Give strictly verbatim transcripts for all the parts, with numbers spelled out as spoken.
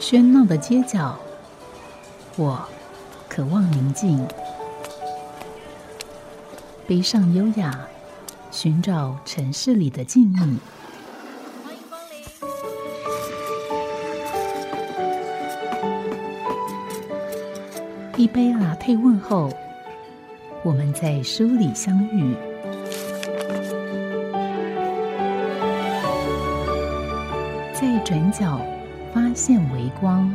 喧闹的街角，我渴望宁静。背上优雅，寻找城市里的静谧。 欢迎光临。 一杯拿铁问候，我们在书里相遇。在转角发现微光。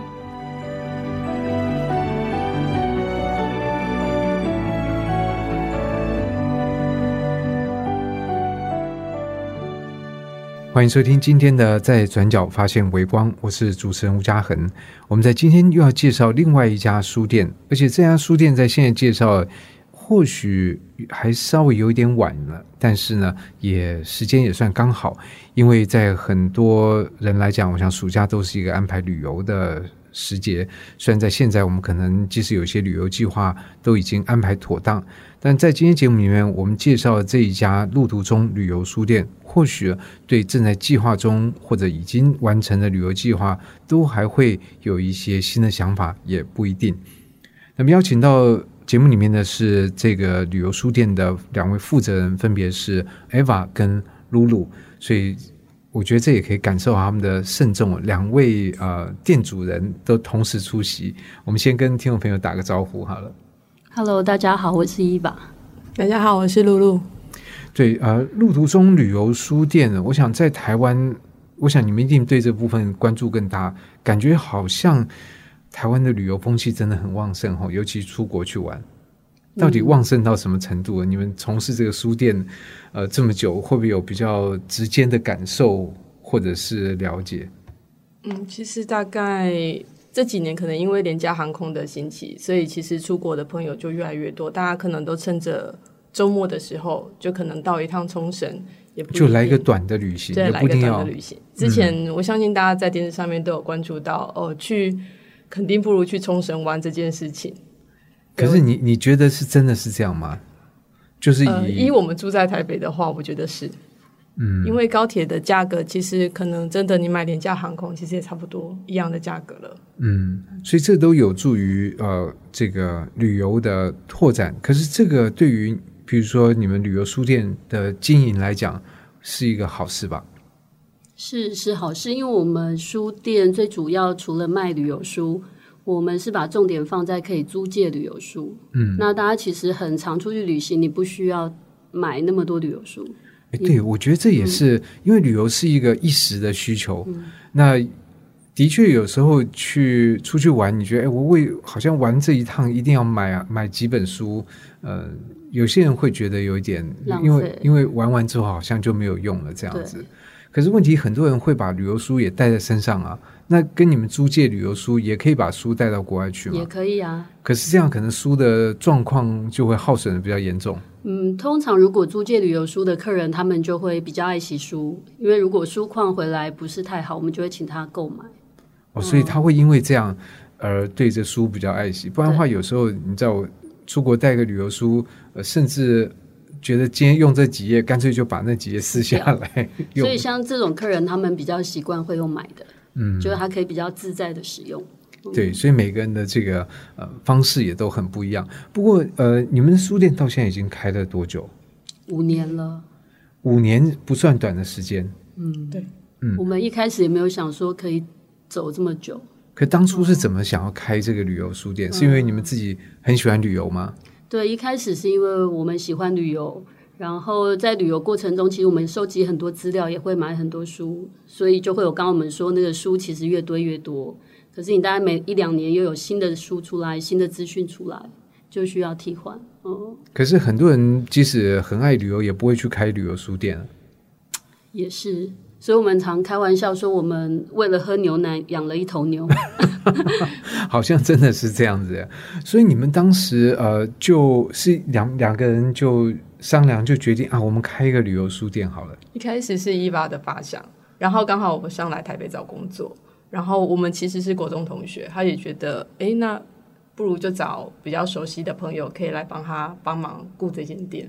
欢迎收听今天的在转角发现微光，我是主持人吴嘉恒。我们在今天又要介绍另外一家书店，而且这家书店在现在介绍或许还稍微有一点晚了，但是呢也时间也算刚好，因为在很多人来讲，我想暑假都是一个安排旅游的时节，虽然在现在我们可能即使有些旅游计划都已经安排妥当，但在今天节目里面我们介绍的这一家路途中旅游书店，或许对正在计划中或者已经完成的旅游计划都还会有一些新的想法，也不一定。那么邀请到节目里面的是这个旅游书店的两位负责人，分别是 Eva 跟露露，所以我觉得这也可以感受他们的慎重，两位呃店主人都同时出席。我们先跟听众朋友打个招呼好了。 Hello， 大家好，我是伊娃。 大家好，我是露露。 对，呃，路途中旅游书店，我想在台湾，我想你们一定对这部分关注更大，感觉好像台湾的旅游风气真的很旺盛，尤其出国去玩，到底旺盛到什么程度？嗯、你们从事这个书店呃这么久，会不会有比较直接的感受或者是了解？ 嗯，其实大概这几年可能因为廉价航空的兴起，所以其实出国的朋友就越来越多，大家可能都趁着周末的时候就可能到一趟冲绳，也不就来一个短的旅行， 对， 也不一定要来一个短的旅行。之前、嗯、我相信大家在电视上面都有关注到，哦，去肯定不如去冲绳玩这件事情。 可是你你觉得是真的是这样吗？就是以、呃、 以我们住在台北的话，我觉得是，嗯，因为高铁的价格其实可能真的你买廉价航空，其实也差不多一样的价格了。 嗯，所以这都有助于呃这个旅游的拓展。可是这个对于比如说你们旅游书店的经营来讲是一个好事吧？ 是是好事，因为我们书店最主要除了卖旅游书，我们是把重点放在可以租借旅游书。嗯，那大家其实很常出去旅行，你不需要买那么多旅游书。 对，我觉得这也是、嗯、因为旅游是一个一时的需求。嗯、那的确有时候去出去玩，你觉得哎，我为好像玩这一趟一定要买啊买几本书，呃。有些人会觉得有一点，因为因为玩完之后好像就没有用了这样子。可是问题，很多人会把旅游书也带在身上啊。那跟你们租借旅游书，也可以把书带到国外去吗？ 也可以啊。 可是这样可能书的状况就会耗损的比较严重。 嗯，通常如果租借旅游书的客人，他们就会比较爱惜书，因为如果书况回来不是太好，我们就会请他购买。 哦，所以他会因为这样而对这书比较爱惜，不然的话，有时候你知道我出国带个旅游书。呃，甚至觉得今天用这几页，干脆就把那几页撕下来用。 所以像这种客人，他们比较习惯会用买的，嗯，就是他可以比较自在的使用。 嗯、对，所以每个人的这个呃方式也都很不一样。不过呃，你们的书店到现在已经开了多久？ 五年了。 五年不算短的时间。 嗯，对，嗯，我们一开始也没有想说可以走这么久。 可当初是怎么想要开这个旅游书店？嗯、是因为你们自己很喜欢旅游吗？ 对，一开始是因为我们喜欢旅游，然后在旅游过程中，其实我们收集很多资料，也会买很多书，所以就会有刚刚我们说那个书其实越堆越多。可是你大概每一两年又有新的书出来，新的资讯出来，就需要替换。嗯， 可是很多人即使很爱旅游，也不会去开旅游书店。 也是，所以我们常开玩笑说，我们为了喝牛奶养了一头牛。 好像真的是这样子。所以你们当时呃就是两两个人就商量，就决定啊，我们开一个旅游书店好了。 一开始是伊娃的发想，然后刚好我上来台北找工作，然后我们其实是国中同学，他也觉得哎，那不如就找比较熟悉的朋友可以来帮他帮忙顾这间店。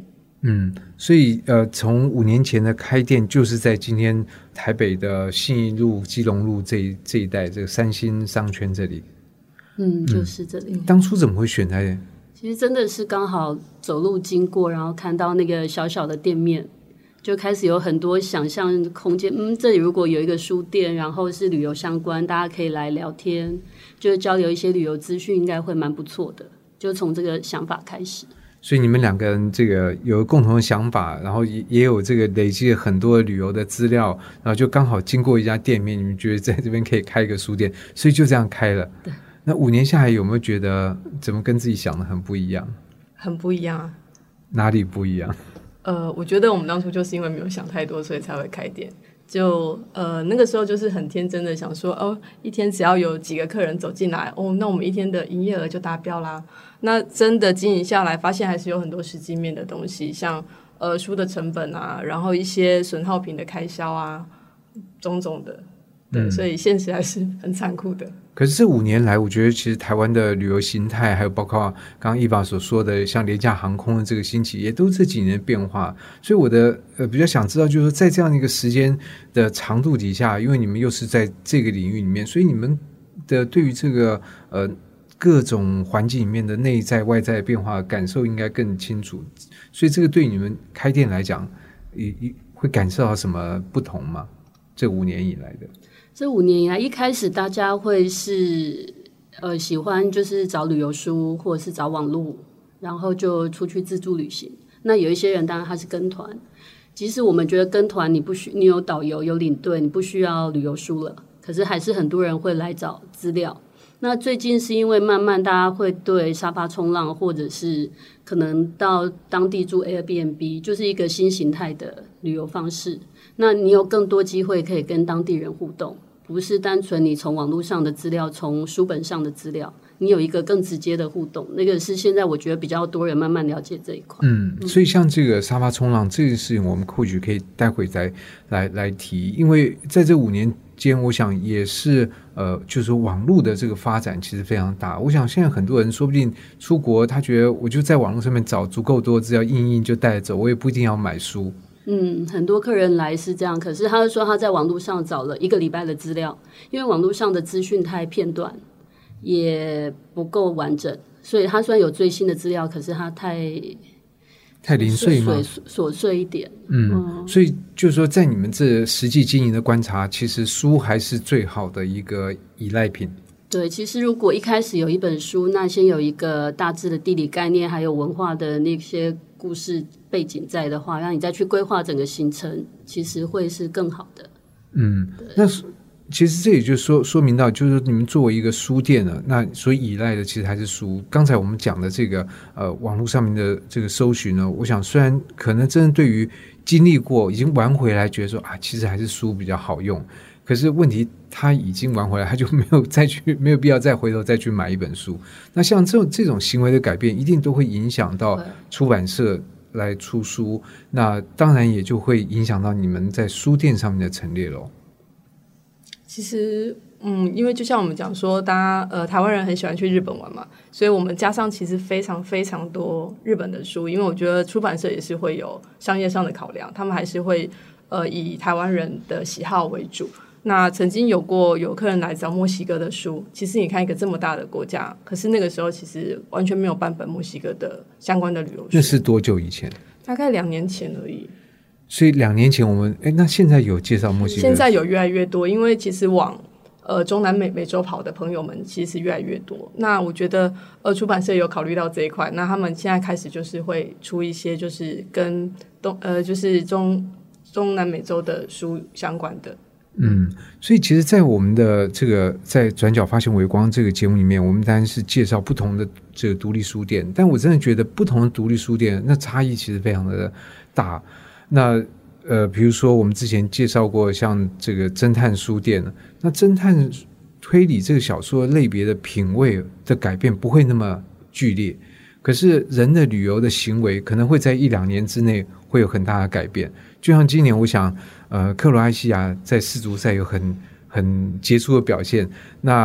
嗯，所以呃，从五年前的开店，就是在今天台北的信义路、基隆路这一这一带，这个三星商圈这里。 嗯，就是这里。 当初怎么会选在？ 其实真的是刚好走路经过，然后看到那个小小的店面，就开始有很多想象空间。嗯，这里如果有一个书店，然后是旅游相关，大家可以来聊天，就是交流一些旅游资讯，应该会蛮不错的。就从这个想法开始。 所以你们两个人这个有共同的想法，然后也也有这个累积了很多旅游的资料，然后就刚好经过一家店面，你们觉得在这边可以开一个书店，所以就这样开了。 对。 那五年下来有没有觉得怎么跟自己想的很不一样？ 很不一样啊。 哪里不一样？ 呃，我觉得我们当初就是因为没有想太多，所以才会开店。就呃那个时候就是很天真的想说，哦，一天只要有几个客人走进来，哦，那我们一天的营业额就达标啦。那真的经营下来，发现还是有很多实际面的东西，像呃书的成本啊，然后一些损耗品的开销啊，种种的，对、嗯，所以现实还是很残酷的。 可是这五年来，我觉得其实台湾的旅游形态，还有包括刚刚Eva所说的像廉价航空的这个兴起，也都这几年的变化。所以我的呃比较想知道，就是说在这样的一个时间的长度底下，因为你们又是在这个领域里面，所以你们的对于这个呃各种环境里面的内在外在的变化感受应该更清楚。所以这个对你们开店来讲，也会感受到什么不同吗？这五年以来的。 这五年以来，一开始大家会是呃喜欢就是找旅游书或者是找网路，然后就出去自助旅行。那有一些人当然他是跟团，即使我们觉得跟团你不需你有导游有领队，你不需要旅游书了，可是还是很多人会来找资料。那最近是因为慢慢大家会对沙发冲浪，或者是可能到当地住 Airbnb， 就是一个新形态的旅游方式。那你有更多机会可以跟当地人互动，不是单纯你从网络上的资料，从书本上的资料，你有一个更直接的互动，那个是现在我觉得比较多人慢慢了解这一块。 嗯，所以像这个沙发冲浪这件事情，我们或许可以待会再来来提，因为在这五年间，我想也是呃，就是网络的这个发展其实非常大。我想现在很多人说不定出国，他觉得我就在网络上面找足够多资料，印印就带走，我也不一定要买书。 嗯，很多客人来是这样，可是他就说他在网络上找了一个礼拜的资料，因为网络上的资讯太片段，也不够完整，所以他虽然有最新的资料，可是他太太零碎吗？ 琐碎一点。 嗯，嗯，所以就是说，在你们这实际经营的观察，其实书还是最好的一个依赖品。 对，其实如果一开始有一本书，那先有一个大致的地理概念，还有文化的那些故事背景在的话，让你再去规划整个行程，其实会是更好的。嗯， 那其实这也就说说明到，就是你们作为一个书店呢，那所依赖的其实还是书。刚才我们讲的这个呃网络上面的这个搜寻呢，我想虽然可能真的对于经历过已经玩回来，觉得说啊，其实还是书比较好用。可是问题他已经玩回来，他就没有再去没有必要再回头再去买一本书。那像这种这种行为的改变，一定都会影响到出版社来出书，那当然也就会影响到你们在书店上面的陈列咯。 其实嗯，因为就像我们讲说，大家呃台湾人很喜欢去日本玩嘛，所以我们加上其实非常非常多日本的书，因为我觉得出版社也是会有商业上的考量，他们还是会呃以台湾人的喜好为主。那曾经有过有客人来找墨西哥的书，其实你看一个这么大的国家，可是那个时候其实完全没有半本墨西哥的相关的旅游书。 那是多久以前？ 大概两年前而已。 所以两年前我们哎，那现在有介绍墨西哥？ 现在有越来越多，因为其实往呃中南美美洲跑的朋友们其实越来越多。那我觉得呃出版社有考虑到这一块，那他们现在开始就是会出一些就是跟东呃就是中中南美洲的书相关的。 嗯，所以其实在我们的这个在转角发现微光这个节目里面，我们当然是介绍不同的这个独立书店，但我真的觉得不同的独立书店那差异其实非常的大。那呃，比如说我们之前介绍过像这个侦探书店，那侦探推理这个小说类别的品味的改变不会那么剧烈，可是人的旅游的行为可能会在一两年之内会有很大的改变。就像今年我想呃，克罗埃西亚在世足赛有很很杰出的表现，那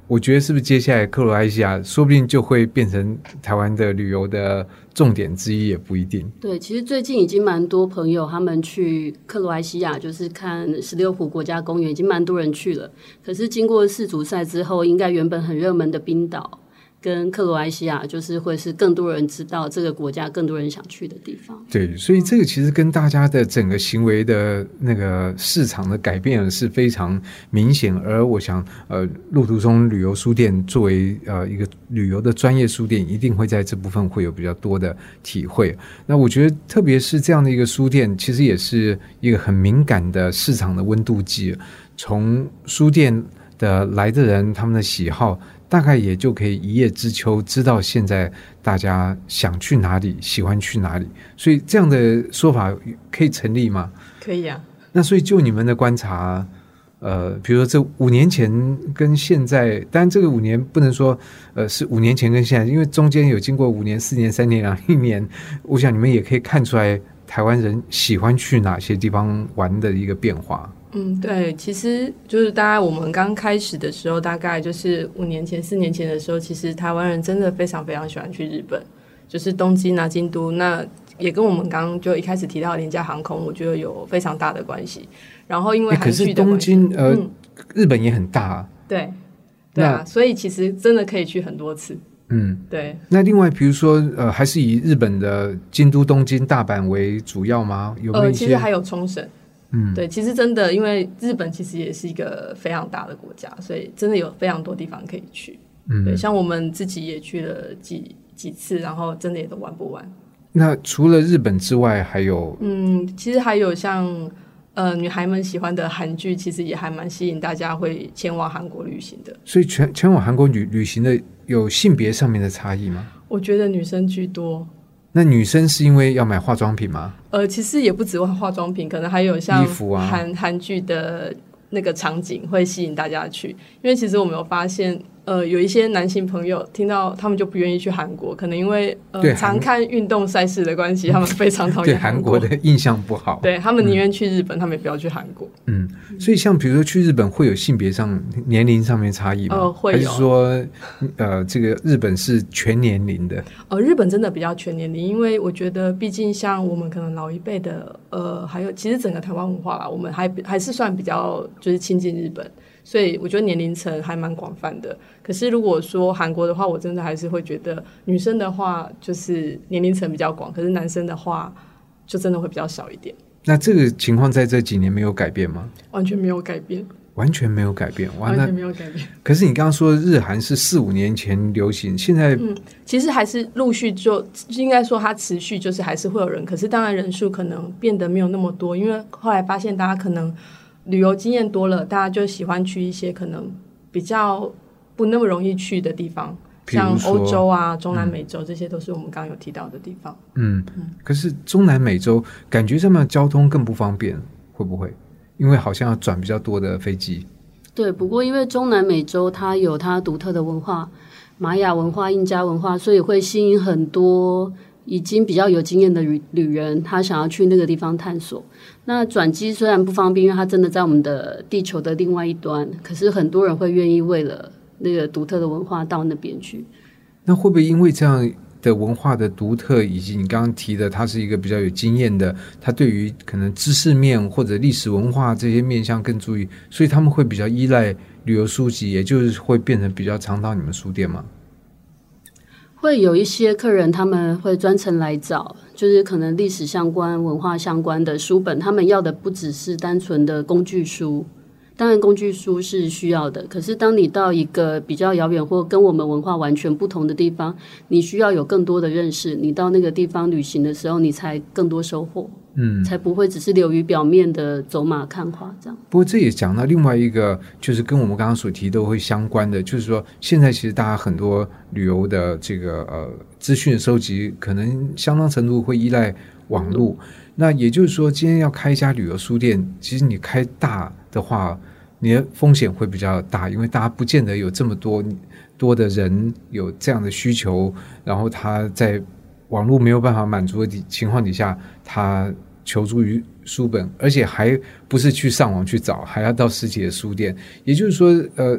我觉得是不是接下来克罗埃西亚说不定就会变成台湾的旅游的重点之一，也不一定。 对，其实最近已经蛮多朋友他们去克罗埃西亚，就是看十六湖国家公园，已经蛮多人去了。可是经过世足赛之后，应该原本很热门的冰岛跟克罗埃西亚，就是会是更多人知道这个国家，更多人想去的地方。 对，所以这个其实跟大家的整个行为的那个市场的改变是非常明显。而我想，呃，路途中旅游书店作为呃一个旅游的专业书店，一定会在这部分会有比较多的体会。那我觉得，特别是这样的一个书店，其实也是一个很敏感的市场的温度计。从书店的来的人，他们的喜好，大概也就可以一叶知秋，知道现在大家想去哪里，喜欢去哪里。所以这样的说法可以成立吗？ 可以啊。 那所以就你们的观察，呃，比如说这五年前跟现在，当然这个五年不能说呃是五年前跟现在，因为中间有经过五年、四年、三年、两一年，我想你们也可以看出来台湾人喜欢去哪些地方玩的一个变化。 嗯，对，其实就是大概我们刚开始的时候，大概就是五年前、四年前的时候，其实台湾人真的非常非常喜欢去日本，就是东京啊、京都，那也跟我们刚刚就一开始提到的廉价航空，我觉得有非常大的关系。然后因为韩剧的关系， 可是东京呃、 嗯， 日本也很大啊， 对对啊，所以其实真的可以去很多次。 嗯， 对。 那另外，比如说，呃，还是以日本的京都、东京、大阪为主要吗？有没有一些？ 呃，其实还有冲绳。 嗯， 对，其实真的，因为日本其实也是一个非常大的国家，所以真的有非常多地方可以去。嗯，对，像我们自己也去了几几次，然后真的也都玩不完。 那除了日本之外，还有？ 嗯，其实还有像呃女孩们喜欢的韩剧，其实也还蛮吸引大家会前往韩国旅行的。 所以全前往韩国旅旅行的有性别上面的差异吗？ 我觉得女生居多。 那女生是因为要买化妆品吗？ 呃，其实也不只化妆品，可能还有像衣服啊， 韩韩剧的那个场景会吸引大家去。因为其实我们有发现，呃，有一些男性朋友听到他们就不愿意去韩国，可能因为呃常看运动赛事的关系，他们非常讨厌韩国，对韩国的印象不好。 对，他们宁愿去日本，嗯，他们也不要去韩国。 嗯，所以像比如说去日本会有性别上、年龄上面差异吗？ 呃，会有。 还是说，呃，这个日本是全年龄的？ 呃，日本真的比较全年龄，因为我觉得毕竟像我们可能老一辈的，呃，还有其实整个台湾文化啦，我们还还是算比较就是亲近日本。所以我觉得年龄层还蛮广泛的。可是如果说韩国的话，我真的还是会觉得女生的话就是年龄层比较广，可是男生的话就真的会比较少一点。 那这个情况在这几年没有改变吗？ 完全没有改变， 完全没有改变， 完全没有改变。 可是你刚刚说日韩是四五年前流行，现在嗯，其实还是陆续就应该说它持续就是还是会有人，可是当然人数可能变得没有那么多，因为后来发现大家可能旅游经验多了，大家就喜欢去一些可能比较不那么容易去的地方，像欧洲啊、中南美洲，嗯，这些都是我们刚刚有提到的地方。嗯嗯，可是中南美洲感觉上面交通更不方便，会不会？因为好像要转比较多的飞机。 对，不过因为中南美洲它有它独特的文化，玛雅文化、印加文化，所以会吸引很多已经比较有经验的旅旅人，他想要去那个地方探索。那转机虽然不方便，因为它真的在我们的地球的另外一端，可是很多人会愿意为了那个独特的文化到那边去。 那会不会因为这样的文化的独特，以及你刚刚提的他是一个比较有经验的，他对于可能知识面或者历史文化这些面向更注意，所以他们会比较依赖旅游书籍，也就是会变成比较常到你们书店吗？ 会有一些客人他们会专程来找，就是可能历史相关、文化相关的书本，他们要的不只是单纯的工具书，当然工具书是需要的，可是当你到一个比较遥远或跟我们文化完全不同的地方，你需要有更多的认识，你到那个地方旅行的时候，你才更多收获，嗯，才不会只是流于表面的走马看花这样。 不过这也讲到另外一个，就是跟我们刚刚所提都会相关的，就是说现在其实大家很多旅游的这个呃资讯的收集，可能相当程度会依赖网络。嗯，那也就是说，今天要开一家旅游书店，其实你开大的话，你的风险会比较大，因为大家不见得有这么多多的人有这样的需求，然后他在网络没有办法满足的情况底下，他求助于书本，而且还不是去上网去找，还要到实体的书店。也就是说，呃，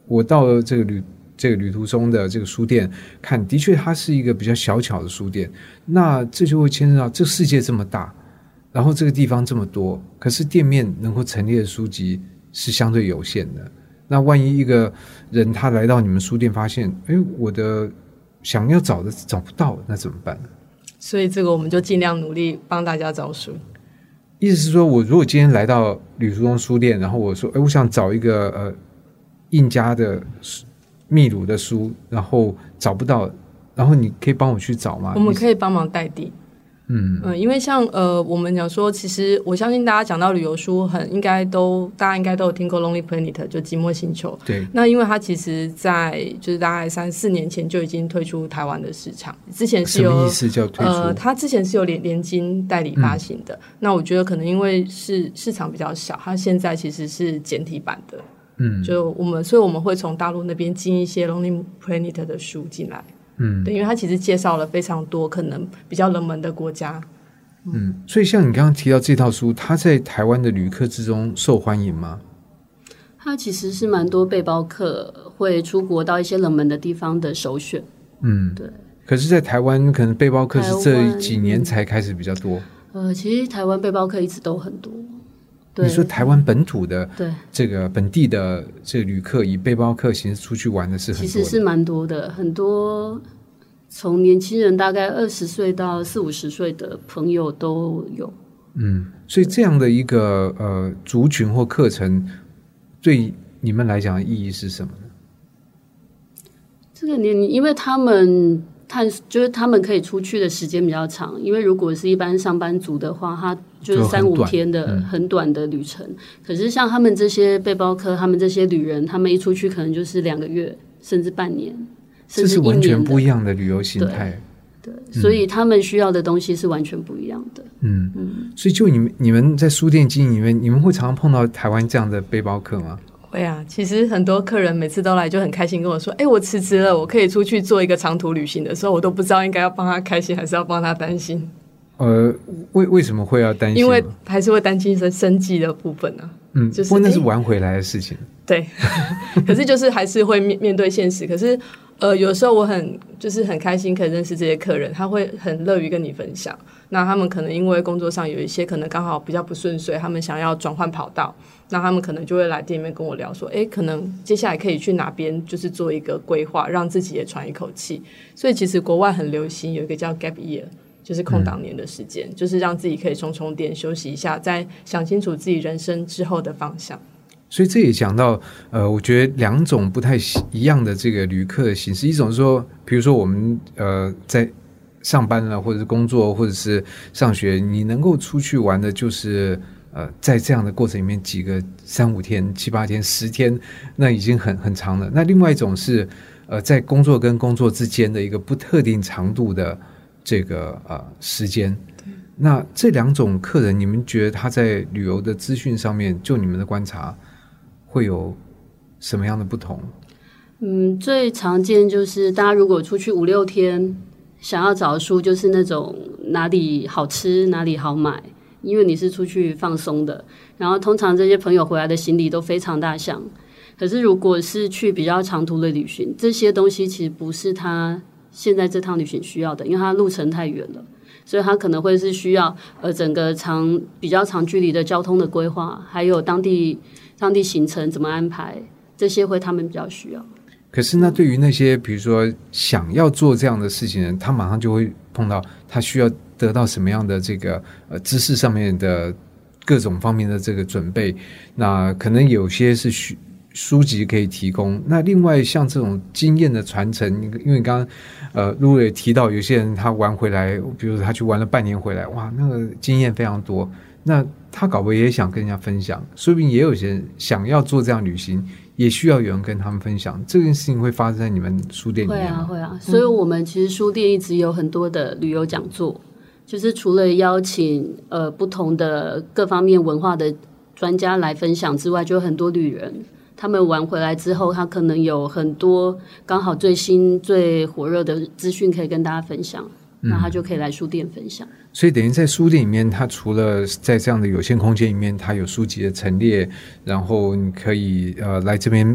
我到了这个旅这个旅途中的这个书店看，的确它是一个比较小巧的书店，那这就会牵涉到这个世界这么大，然后这个地方这么多，可是店面能够陈列的书籍是相对有限的。那万一一个人他来到你们书店发现，哎，我的想要找的找不到，那怎么办呢？ 所以这个我们就尽量努力帮大家找书。 意思是说，我如果今天来到旅途中书店，然后我说，哎，我想找一个呃印加的秘鲁的书，然后找不到，然后你可以帮我去找吗？ 我们可以帮忙代递。嗯嗯，因为像呃，我们讲说，其实我相信大家讲到旅游书，很应该都大家应该都有听过 Lonely Planet 就寂寞星球。 对。 那因为它其实在就是大概三四年前就已经推出台湾的市场，之前是有什么意思叫推出？ 呃，它之前是有联联经代理发行的。嗯、那我觉得可能因为是市场比较小，它现在其实是简体版的。嗯，就我们所以我们会从大陆那边进一些 Lonely Planet 的书进来。嗯，对，因为他其实介绍了非常多可能比较冷门的国家。 嗯，嗯所以像你刚刚提到这套书，它在台湾的旅客之中受欢迎吗？ 它其实是蛮多背包客会出国到一些冷门的地方的首选。嗯，对。 可是，在台湾可能背包客是这几年才开始比较多。 呃，其实台湾背包客一直都很多。 你说台湾本土的这个本地的这个旅客以背包客形式出去玩的是很多的， 其实是蛮多的，很多从年轻人大概二十岁到四五十岁的朋友都有。 嗯，所以这样的一个呃族群或课程，对你们来讲的意义是什么呢？ 这个年龄，因为他们探就是他们可以出去的时间比较长，因为如果是一般上班族的话，他就是三五天的 很短,、嗯、很短的旅程。可是像他们这些背包客，他们这些旅人，他们一出去可能就是两个月，甚至半年，甚至一年的。这是完全不一样的旅游形态。 对，对所以他们需要的东西是完全不一样的。嗯嗯，所以就你们你们在书店经营里面，你们会常常碰到台湾这样的背包客吗？ 会啊，其实很多客人每次都来就很开心跟我说，哎，我辞职了，我可以出去做一个长途旅行的时候，我都不知道应该要帮他开心还是要帮他担心。 呃，为为什么会要担心？ 因为还是会担心生生计的部分啊。 嗯，就是、不过那是玩回来的事情。 对，可是就是还是会面面对现实。可是呃，有时候我很就是很开心可以认识这些客人，他会很乐于跟你分享。那他们可能因为工作上有一些可能刚好比较不顺遂，他们想要转换跑道，那他们可能就会来店里面跟我聊说，哎，可能接下来可以去哪边，就是做一个规划，让自己也喘一口气。所以其实国外很流行有一个叫 gap year， 就是空档年的时间、嗯、就是让自己可以充充电休息一下，再想清楚自己人生之后的方向。 所以这也讲到呃，我觉得两种不太一样的这个旅客的形式，一种是说比如说我们呃在上班了，或者是工作，或者是上学，你能够出去玩的就是呃，在这样的过程里面几个三五天、七八天、十天，那已经很很长了。那另外一种是呃，在工作跟工作之间的一个不特定长度的这个呃时间。那这两种客人，你们觉得他在旅游的资讯上面，就你们的观察，会有什么样的不同？ 嗯，最常见就是大家如果出去五六天，想要找的书就是那种哪里好吃哪里好买，因为你是出去放松的。然后通常这些朋友回来的行李都非常大箱，可是如果是去比较长途的旅行，这些东西其实不是他现在这趟旅行需要的，因为他路程太远了，所以他可能会是需要呃整个长比较长距离的交通的规划，还有当地当地行程怎么安排，这些会他们比较需要。 可是那对于那些比如说想要做这样的事情的人，他马上就会碰到他需要得到什么样的这个呃知识上面的各种方面的这个准备，那可能有些是书书籍可以提供，那另外像这种经验的传承，因为刚刚呃露露也提到有些人他玩回来，比如说他去玩了半年回来，哇，那个经验非常多，那他搞不好也想跟人家分享，说不定也有些人想要做这样旅行，也需要有人跟他们分享。这件事情会发生在你们书店里面吗？ 会啊会啊，所以我们其实书店一直有很多的旅游讲座，就是除了邀请呃不同的各方面文化的专家来分享之外，就有很多旅人他们玩回来之后，他可能有很多刚好最新最火热的资讯可以跟大家分享，嗯，那他就可以来书店分享。 所以等于在书店里面，它除了在这样的有限空间里面，它有书籍的陈列，然后你可以呃来这边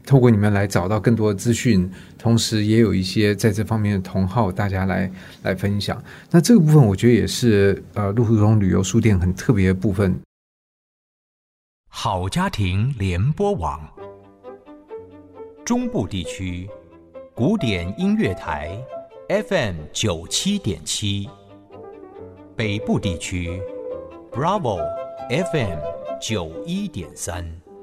透过你们来找到更多的资讯，同时也有一些在这方面的同好大家来来分享。那这个部分我觉得也是呃路途中旅游书店很特别的部分。 好家庭联播网，中部地区古典音乐台 F M 九七点七，北部地区 Bravo F M 九一点三。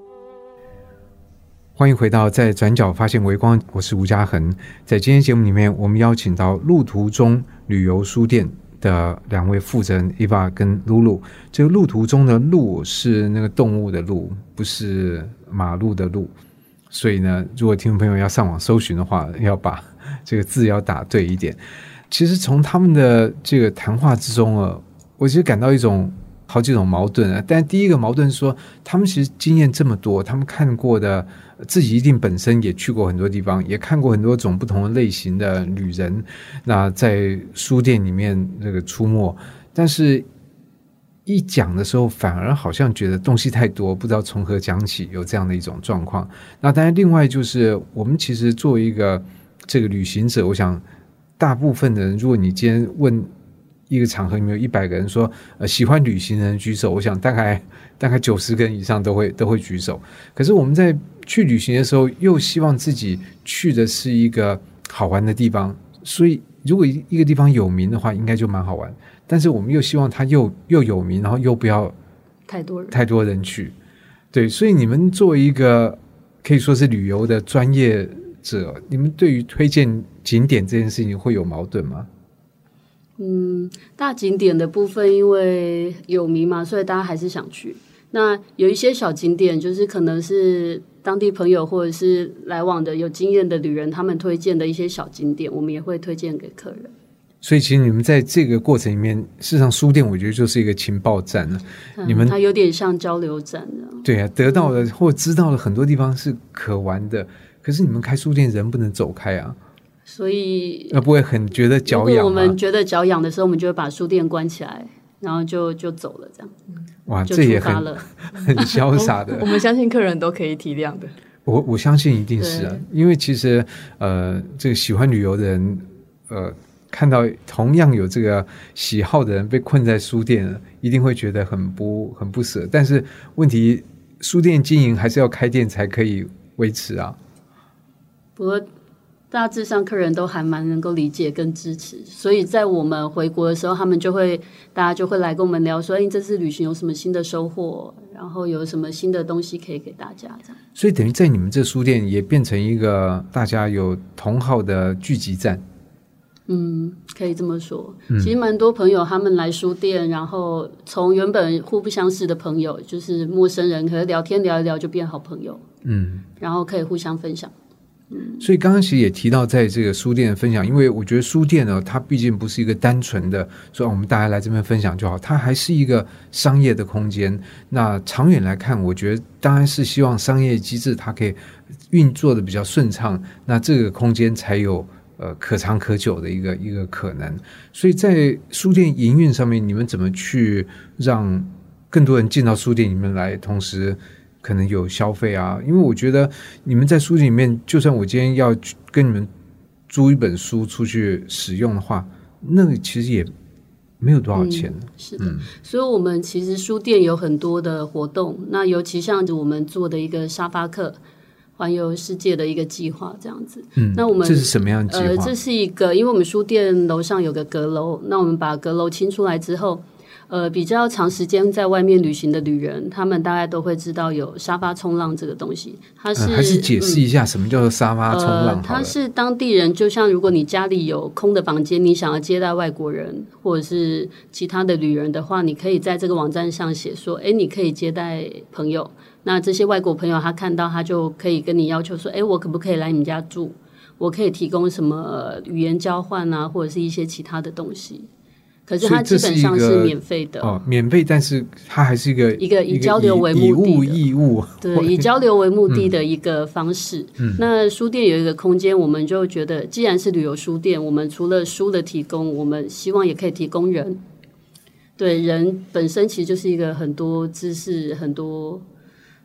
欢迎回到在转角发现微光，我是吴嘉恒。在今天节目里面，我们邀请到路途中旅游书店的两位负责人 Eva 跟露露。这个路途中的路是那个动物的路，不是马路的路，所以呢，如果听众朋友要上网搜寻的话，要把这个字要打对一点。其实从他们的这个谈话之中啊，我其实感到一种好几种矛盾啊。但第一个矛盾是说，他们其实经验这么多，他们看过的，自己一定本身也去过很多地方，也看过很多种不同的类型的旅人，那在书店里面这个出没，但是一讲的时候反而好像觉得东西太多，不知道从何讲起，有这样的一种状况。那当然另外就是我们其实作为一个这个旅行者，我想大部分的人，如果你今天问一个场合里面有一百个人说，呃，喜欢旅行的人举手，我想大概大概九十个人以上都会都会举手。可是我们在去旅行的时候，又希望自己去的是一个好玩的地方，所以如果一个地方有名的话，应该就蛮好玩。但是我们又希望它又又有名，然后又不要太多人太多人去。对，所以你们作为一个可以说是旅游的专业者，你们对于推荐景点这件事情会有矛盾吗？ 嗯，大景点的部分因为有名嘛，所以大家还是想去。那有一些小景点，就是可能是当地朋友或者是来往的有经验的旅人，他们推荐的一些小景点，我们也会推荐给客人。 所以其实你们在这个过程里面，事实上书店我觉得就是一个情报站了、 嗯、 你们它有点像交流站的。 对啊，得到了或知道了很多地方是可玩的，可是你们开书店人不能走开啊， 所以那不会很觉得脚痒吗？ 如果我们觉得脚痒的时候，我们就会把书店关起来，然后就就走了，这样。 哇，这也很很潇洒的。 我们相信客人都可以体谅的。 我我相信一定是啊，因为其实呃，这个喜欢旅游的人，呃，看到同样有这个喜好的人被困在书店了，一定会觉得很不很不舍。但是问题，书店经营还是要开店才可以维持啊。 不过大致上客人都还蛮能够理解跟支持，所以在我们回国的时候，他们就会大家就会来跟我们聊说，哎，这次旅行有什么新的收获，然后有什么新的东西可以给大家这样。 所以等于在你们这书店也变成一个大家有同好的聚集站。 嗯，可以这么说。其实蛮多朋友他们来书店，然后从原本互不相识的朋友，就是陌生人，可是聊天聊一聊就变好朋友。嗯，然后可以互相分享。 嗯，所以刚刚其实也提到在这个书店的分享，因为我觉得书店呢，它毕竟不是一个单纯的说我们大家来这边分享就好，它还是一个商业的空间。那长远来看，我觉得当然是希望商业机制它可以运作的比较顺畅，那这个空间才有呃可长可久的一个一个可能。所以在书店营运上面，你们怎么去让更多人进到书店里面来，同时可能有消费啊？因为我觉得你们在书店里面，就算我今天要跟你们租一本书出去使用的话，那个其实也没有多少钱。 嗯、是的、嗯，所以我们其实书店有很多的活动，那尤其像我们做的一个沙发客环游世界的一个计划这样子。嗯，那我们这是什么样的计划？ 呃，这是一个，因为我们书店楼上有个阁楼，那我们把阁楼清出来之后，呃，比较长时间在外面旅行的旅人，他们大概都会知道有沙发冲浪这个东西。它是、 呃、还是解释一下什么叫做沙发冲浪、 呃？它是当地人，就像如果你家里有空的房间，你想要接待外国人或者是其他的旅人的话，你可以在这个网站上写说，哎，你可以接待朋友。那这些外国朋友他看到，他就可以跟你要求说，哎，我可不可以来你们家住？我可以提供什么语言交换啊，或者是一些其他的东西。可是它基本上是免费的哦，免费，但是它还是一个一个以交流为目的的以物易物， 对，以交流为目的的一个方式。嗯，那书店有一个空间，我们就觉得，既然是旅游书店，我们除了书的提供，我们希望也可以提供人。对，人本身其实就是一个很多知识、很多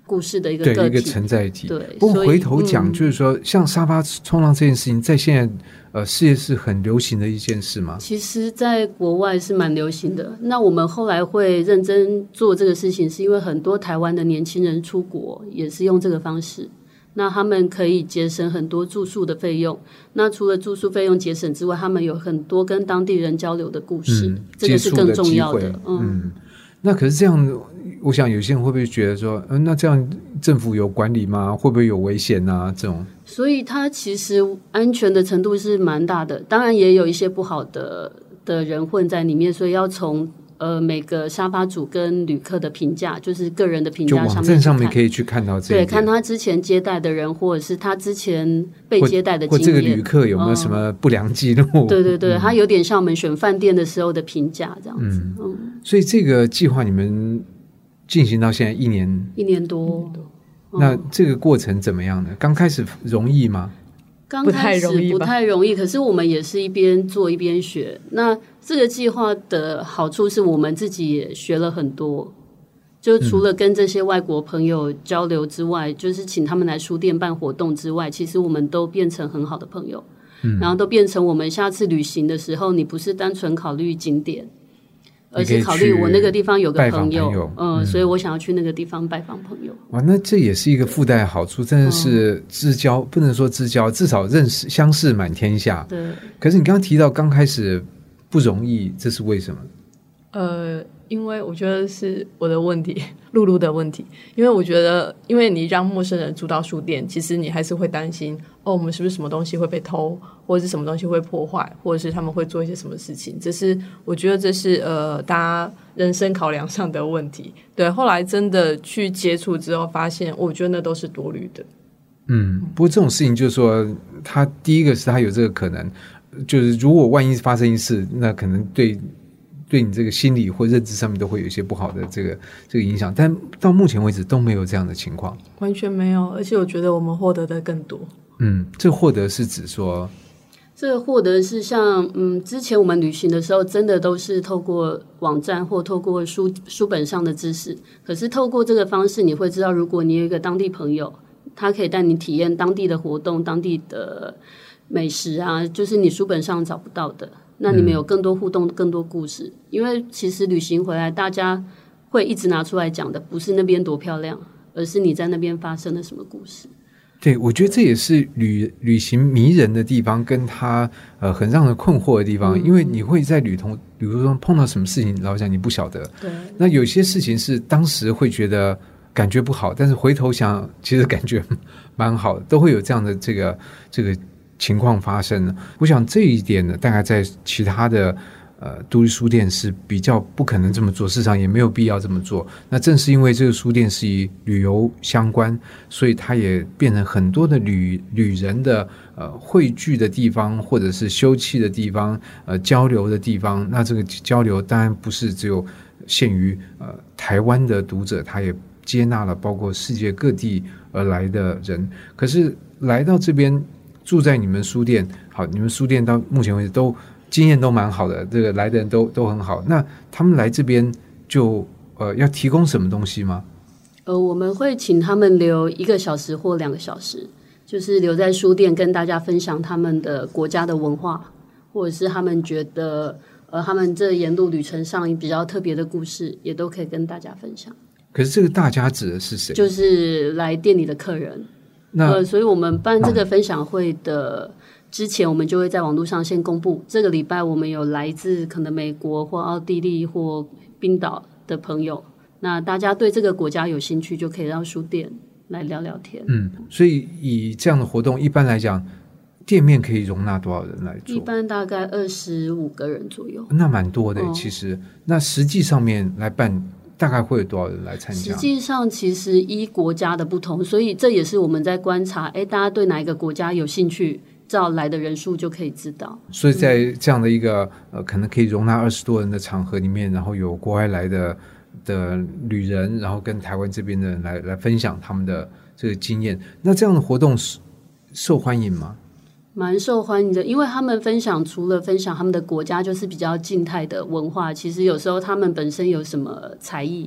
故事的一个个体， 对一个承载体。 对， 不过回头讲， 嗯、 就是说，像沙发冲浪这件事情，在现在呃世界是很流行的一件事吗？ 其实，在国外是蛮流行的。那我们后来会认真做这个事情，是因为很多台湾的年轻人出国也是用这个方式。那他们可以节省很多住宿的费用。那除了住宿费用节省之外，他们有很多跟当地人交流的故事，嗯、这个是更重要的。 的嗯, 嗯，那可是这样，我想有些人会不会觉得说，嗯，那这样政府有管理吗？会不会有危险啊？这种， 所以它其实安全的程度是蛮大的。当然也有一些不好的的人混在里面，所以要从。呃，每个沙发主跟旅客的评价，就是个人的评价上面， 就网站上面可以去看到这一点， 对，看他之前接待的人，或者是他之前被接待的经验， 或这个旅客有没有什么不良记录？ 嗯、对对对，他有点像我们选饭店的时候的评价这样子。嗯，嗯所以这个计划你们进行到现在一年一年多， 那这个过程怎么样呢？刚开始容易吗？ 刚开始不太容易，可是我们也是一边做一边学。那这个计划的好处是我们自己也学了很多，就除了跟这些外国朋友交流之外，嗯、就是请他们来书店办活动之外，其实我们都变成很好的朋友，嗯、然后都变成我们下次旅行的时候，你不是单纯考虑景点，而是考虑我那个地方有个朋友， 朋友嗯、呃，所以我想要去那个地方拜访朋友。 哇，那这也是一个附带好处，真的是知交，嗯、不能说知交，至少认识相识满天下。 对。 可是你刚刚提到刚开始不容易，这是为什么？ 呃，因为我觉得是我的问题，露露的问题。因为我觉得，因为你让陌生人住到书店，其实你还是会担心，哦，我们是不是什么东西会被偷，或者是什么东西会破坏，或者是他们会做一些什么事情。这是我觉得这是呃大家人生考量上的问题。对，后来真的去接触之后，发现我觉得那都是多虑的。 嗯，不过这种事情就是说，他第一个是他有这个可能，就是如果万一发生一次，那可能对。对你这个心理或认知上面都会有一些不好的这个这个影响，但到目前为止都没有这样的情况， 完全没有，而且我觉得我们获得的更多。 嗯，这获得是指说， 这个获得是像嗯，之前我们旅行的时候，真的都是透过网站或透过书书本上的知识，可是透过这个方式，你会知道，如果你有一个当地朋友，他可以带你体验当地的活动、当地的美食啊，就是你书本上找不到的。那你们有更多互动，更多故事，因为其实旅行回来，大家会一直拿出来讲的，不是那边多漂亮，而是你在那边发生了什么故事。 对，我觉得这也是旅旅行迷人的地方，跟他呃很让人困惑的地方，嗯、因为你会在旅途，比如说碰到什么事情，老实讲你不晓得。 对。 那有些事情是当时会觉得感觉不好，但是回头想，其实感觉蛮好的，都会有这样的这个这个。情况发生了，我想这一点呢，大概在其他的呃独立书店是比较不可能这么做，市场也没有必要这么做。那正是因为这个书店是以旅游相关，所以它也变成很多的旅旅人的呃汇聚的地方，或者是休憩的地方，呃交流的地方。那这个交流当然不是只有限于呃台湾的读者，他也接纳了包括世界各地而来的人。可是来到这边。住在你们书店，好，你们书店到目前为止都经验都蛮好的，这个来的人都都很好。那他们来这边就呃要提供什么东西吗？ 呃，我们会请他们留一个小时或两个小时，就是留在书店跟大家分享他们的国家的文化，或者是他们觉得呃他们这沿路旅程上比较特别的故事，也都可以跟大家分享。 可是这个大家指的是谁？ 就是来店里的客人。那呃，所以我们办这个分享会的之前，我们就会在网络上先公布。这个礼拜我们有来自可能美国或奥地利或冰岛的朋友，那大家对这个国家有兴趣，就可以到书店来聊聊天。 嗯，所以以这样的活动，一般来讲，店面可以容纳多少人来做？ 一般大概二十五个人左右， 那蛮多的。 哦、 其实，那实际上面来办。大概会有多少人来参加？ 实际上其实依国家的不同，所以这也是我们在观察，哎，大家对哪一个国家有兴趣，照来的人数就可以知道。 所以在这样的一个、嗯、呃，可能可以容纳二十多人的场合里面，然后有国外来的的旅人，然后跟台湾这边的人来来分享他们的这个经验。那这样的活动受欢迎吗？ 蛮受欢迎的，因为他们分享除了分享他们的国家，就是比较静态的文化，其实有时候他们本身有什么才艺，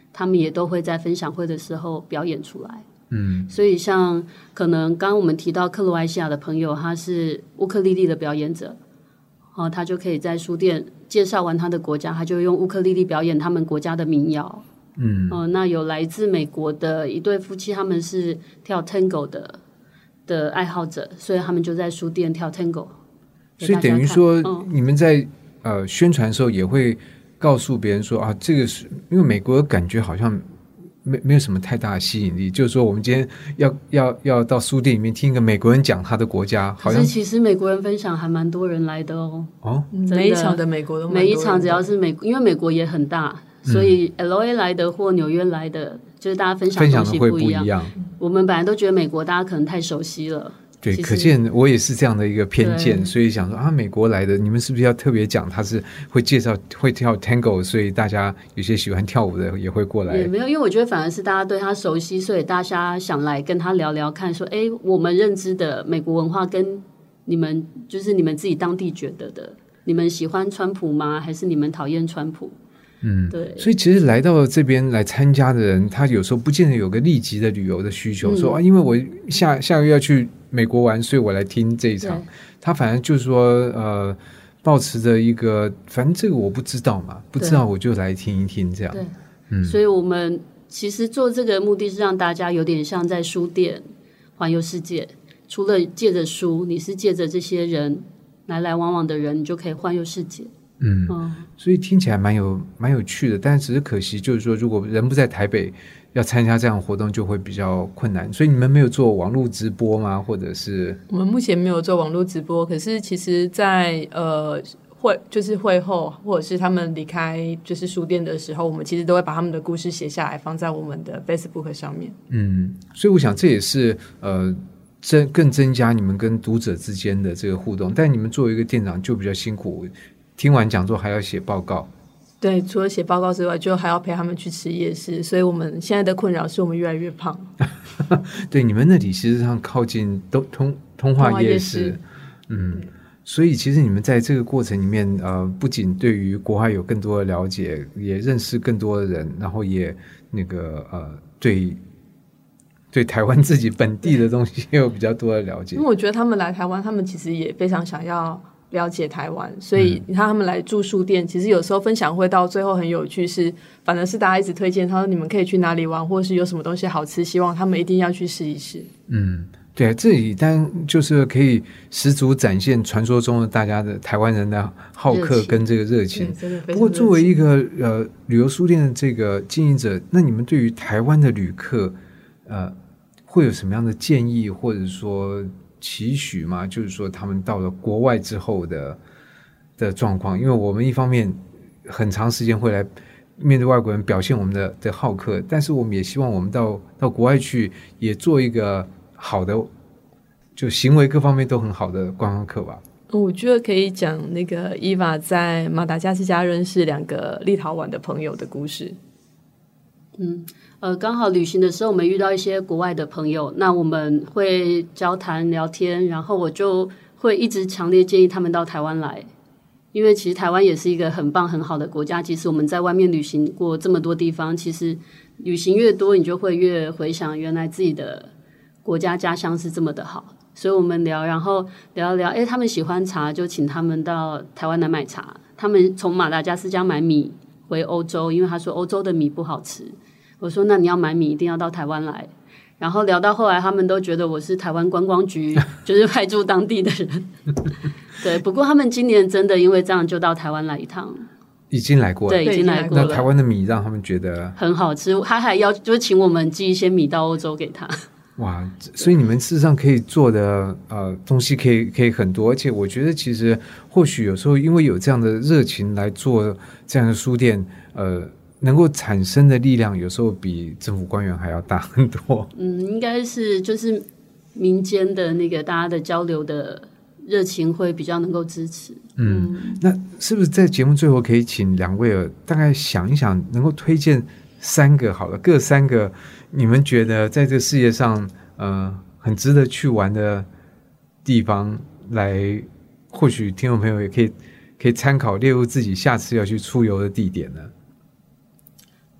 他们也都会在分享会的时候表演出来。 嗯， 所以像可能刚刚我们提到克罗埃西亚的朋友，他是乌克丽丽的表演者，哦，他就可以在书店介绍完他的国家，他就用乌克丽丽表演他们国家的民谣。 嗯， 哦，那有来自美国的一对夫妻，他们是跳 Tango 的的爱好者，所以他们就在书店跳 Tango。 所以等于说， 嗯、 你们在呃宣传的时候也会告诉别人说啊，这个是因为美国感觉好像没没有什么太大的吸引力，就是说我们今天要要要到书店里面听一个美国人讲他的国家，好像可是其实美国人分享还蛮多人来的哦。 哦， 每一场的美国都每一场只要是美，因为美国也很大。所以 L A 来的或纽约来的，就是大家分享的东西不一样。 分享的会不一样。 我们本来都觉得美国大家可能太熟悉了。 对，可见我也是这样的一个偏见，所以想说啊，美国来的，你们是不是要特别讲他是会介绍会跳 Tango， 所以大家有些喜欢跳舞的也会过来。 也没有，因为我觉得反而是大家对他熟悉，所以大家想来跟他聊聊看，说，哎，我们认知的美国文化跟你们就是你们自己当地觉得的，你们喜欢川普吗？还是你们讨厌川普？ 嗯， 对， 所以其实来到这边来参加的人，他有时候不见得有个立即的旅游的需求，嗯、说啊，因为我下下个月要去美国玩，所以我来听这一场。他反正就是说，呃，抱持着一个，反正这个我不知道嘛，不知道我就来听一听这样。 对， 嗯， 所以我们其实做这个目的是让大家有点像在书店环游世界，除了借着书，你是借着这些人来来往往的人，你就可以环游世界。 嗯，所以听起来蛮有蛮有趣的，但只是可惜，就是说，如果人不在台北，要参加这样的活动就会比较困难。所以你们没有做网络直播吗？或者是我们目前没有做网络直播，可是其实在，在呃会就是会后，或者是他们离开就是书店的时候，我们其实都会把他们的故事写下来，放在我们的 Facebook 上面。 嗯，所以我想这也是呃。增更增加你们跟读者之间的这个互动，但你们作为一个店长就比较辛苦，听完讲座还要写报告。 对，除了写报告之外，就还要陪他们去吃夜市，所以我们现在的困扰是我们越来越胖。 对，你们那里其实上靠近都通通化夜市， 夜市嗯，所以其实你们在这个过程里面，呃，不仅对于国外有更多的了解，也认识更多的人，然后也那个呃对。对台湾自己本地的东西也有比较多的了解， 因为我觉得他们来台湾，他们其实也非常想要了解台湾，所以你看他们来住书店，其实有时候分享会到最后很有趣是，反而是大家一直推荐他说你们可以去哪里玩，或者是有什么东西好吃，希望他们一定要去试一试。 嗯，对，这里当然就是可以十足展现传说中的大家的台湾人的好客跟这个热情。 真的非常热情。 不过作为一个呃旅游书店的这个经营者，那你们对于台湾的旅客呃，会有什么样的建议或者说期许吗？就是说他们到了国外之后的的状况，因为我们一方面很长时间会来面对外国人表现我们的的好客，但是我们也希望我们到到国外去也做一个好的，就行为各方面都很好的观光客吧。 我觉得可以讲那个伊娃在马达加斯加认识两个立陶宛的朋友的故事。 嗯，呃，刚好旅行的时候，我们遇到一些国外的朋友，那我们会交谈聊天，然后我就会一直强烈建议他们到台湾来，因为其实台湾也是一个很棒很好的国家。即使我们在外面旅行过这么多地方，其实旅行越多，你就会越回想原来自己的国家家乡是这么的好。所以我们聊，然后聊一聊，哎，他们喜欢茶，就请他们到台湾来买茶。他们从马达加斯加买米回欧洲，因为他说欧洲的米不好吃。我说那你要买米一定要到台湾来，然后聊到后来他们都觉得我是台湾观光局就是派驻当地的人对，不过他们今年真的因为这样就到台湾来一趟， 已经来过了， 对，已经来过了。 那台湾的米让他们觉得很好吃，他还要就是请我们寄一些米到欧洲给他。 哇，所以你们事实上可以做的呃东西可以可以很多，而且我觉得其实或许有时候因为有这样的热情来做这样的书店，呃能够产生的力量有时候比政府官员还要大很多。 嗯，应该是就是民间的那个大家的交流的热情会比较能够支持。 嗯，嗯那是不是在节目最后可以请两位大概想一想，能够推荐三个好了，各三个你们觉得在这个世界上呃很值得去玩的地方，来或许听众朋友也可以可以参考列入自己下次要去出游的地点呢？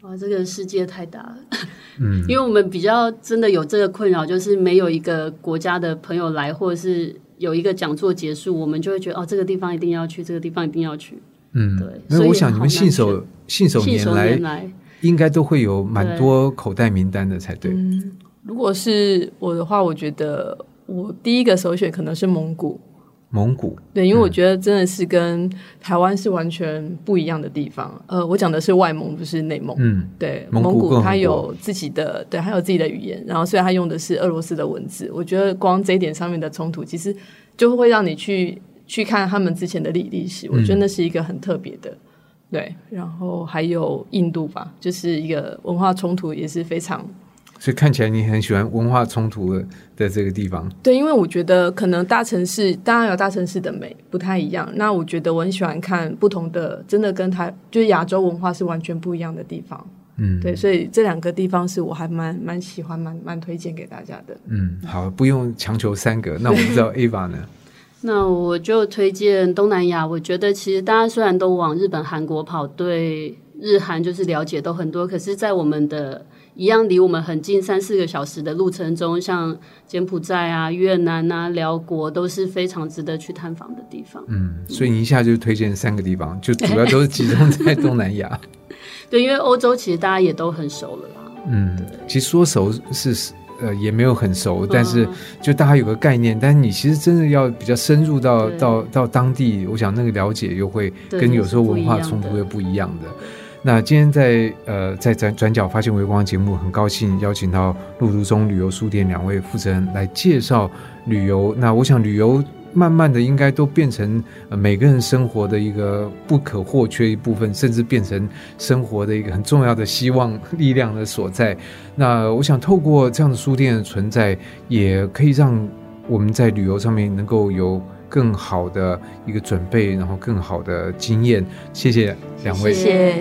哇，这个世界太大了。 嗯， 因为我们比较真的有这个困扰，就是没有一个国家的朋友来，或者是有一个讲座结束，我们就会觉得哦，这个地方一定要去，这个地方一定要去。 嗯， 对。 那我想你们信手信手拈来， 来应该都会有蛮多口袋名单的才对。 嗯，如果是我的话，我觉得我第一个首选可能是蒙古。 蒙古， 对，因为我觉得真的是跟台湾是完全不一样的地方。呃，我讲的是外蒙，不是内蒙。 嗯， 对， 蒙古古它有自己的，对，它有自己的语言，然后虽然它用的是俄罗斯的文字，我觉得光这一点上面的冲突，其实就会让你去去看他们之前的历历史，我觉得那是一个很特别的。嗯、对，然后还有印度吧，就是一个文化冲突也是非常。 所以看起来你很喜欢文化冲突 的, 的这个地方。 对，因为我觉得可能大城市当然有大城市的美不太一样，那我觉得我很喜欢看不同的，真的跟台就是亚洲文化是完全不一样的地方。嗯，对，所以这两个地方是我还蛮蛮喜欢蛮蛮推荐给大家的。 嗯，好，不用强求三个。那我不知道 Ava 呢？ 那我就推荐东南亚。我觉得其实大家虽然都往日本韩国跑，对日韩就是了解都很多，可是在我们的一样离我们很近三四个小时的路程中，像柬埔寨啊、越南啊、辽国都是非常值得去探访的地方。 嗯，所以你一下就推荐三个地方，就主要都是集中在东南亚。 对，因为欧洲其实大家也都很熟了啦。 嗯，其实说熟是呃也没有很熟，但是就大家有个概念，但是你其实真的要比较深入到到到当地，我想那个了解又会跟有时候文化冲突又不一样的。那今天在呃在转转角发现微光节目，很高兴邀请到路途中旅游书店两位负责人来介绍旅游。那我想旅游慢慢的应该都变成、呃、每个人生活的一个不可或缺一部分，甚至变成生活的一个很重要的希望力量的所在。那我想透过这样的书店的存在，也可以让我们在旅游上面能够有更好的一个准备，然后更好的经验。谢谢两位。 谢谢，谢谢。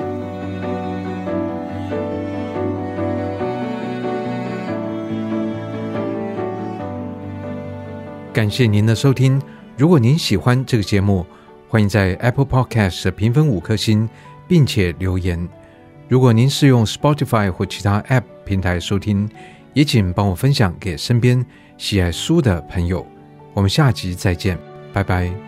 感谢您的收听。如果您喜欢这个节目，欢迎在 Apple Podcast 评分五颗星，并且留言。如果您是用 Spotify 或其他 App 平台收听，也请帮我分享给身边喜爱书的朋友。我们下集再见，拜拜。